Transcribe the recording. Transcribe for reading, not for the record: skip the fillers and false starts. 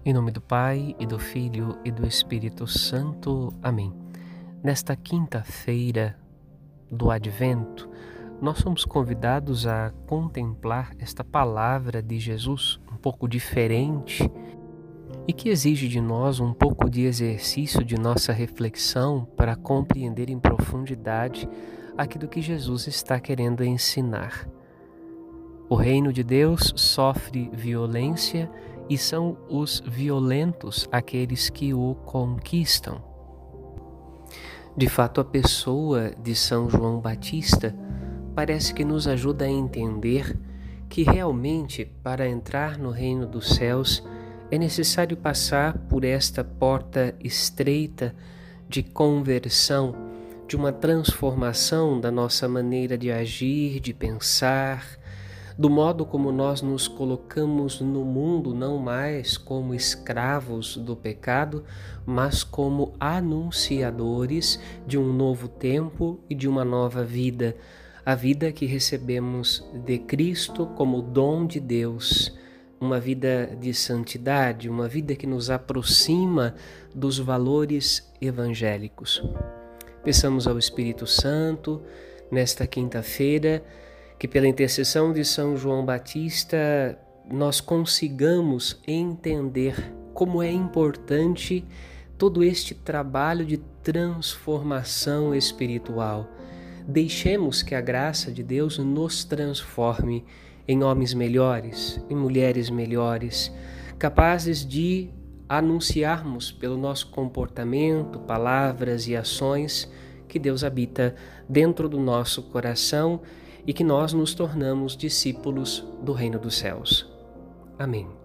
Em nome do Pai, e do Filho, e do Espírito Santo. Amém. Nesta quinta-feira do Advento, nós somos convidados a contemplar esta palavra de Jesus um pouco diferente e que exige de nós um pouco de exercício de nossa reflexão para compreender em profundidade aquilo que Jesus está querendo ensinar. O reino de Deus sofre violência e são os violentos aqueles que o conquistam. De fato, a pessoa de São João Batista parece que nos ajuda a entender que realmente para entrar no reino dos céus é necessário passar por esta porta estreita de conversão, de uma transformação da nossa maneira de agir, de pensar, do modo como nós nos colocamos no mundo, não mais como escravos do pecado, mas como anunciadores de um novo tempo e de uma nova vida, a vida que recebemos de Cristo como dom de Deus, uma vida de santidade, uma vida que nos aproxima dos valores evangélicos. Peçamos ao Espírito Santo, nesta quinta-feira, que pela intercessão de São João Batista nós consigamos entender como é importante todo este trabalho de transformação espiritual. Deixemos que a graça de Deus nos transforme em homens melhores, em mulheres melhores, capazes de anunciarmos pelo nosso comportamento, palavras e ações que Deus habita dentro do nosso coração e que nós nos tornamos discípulos do reino dos céus. Amém.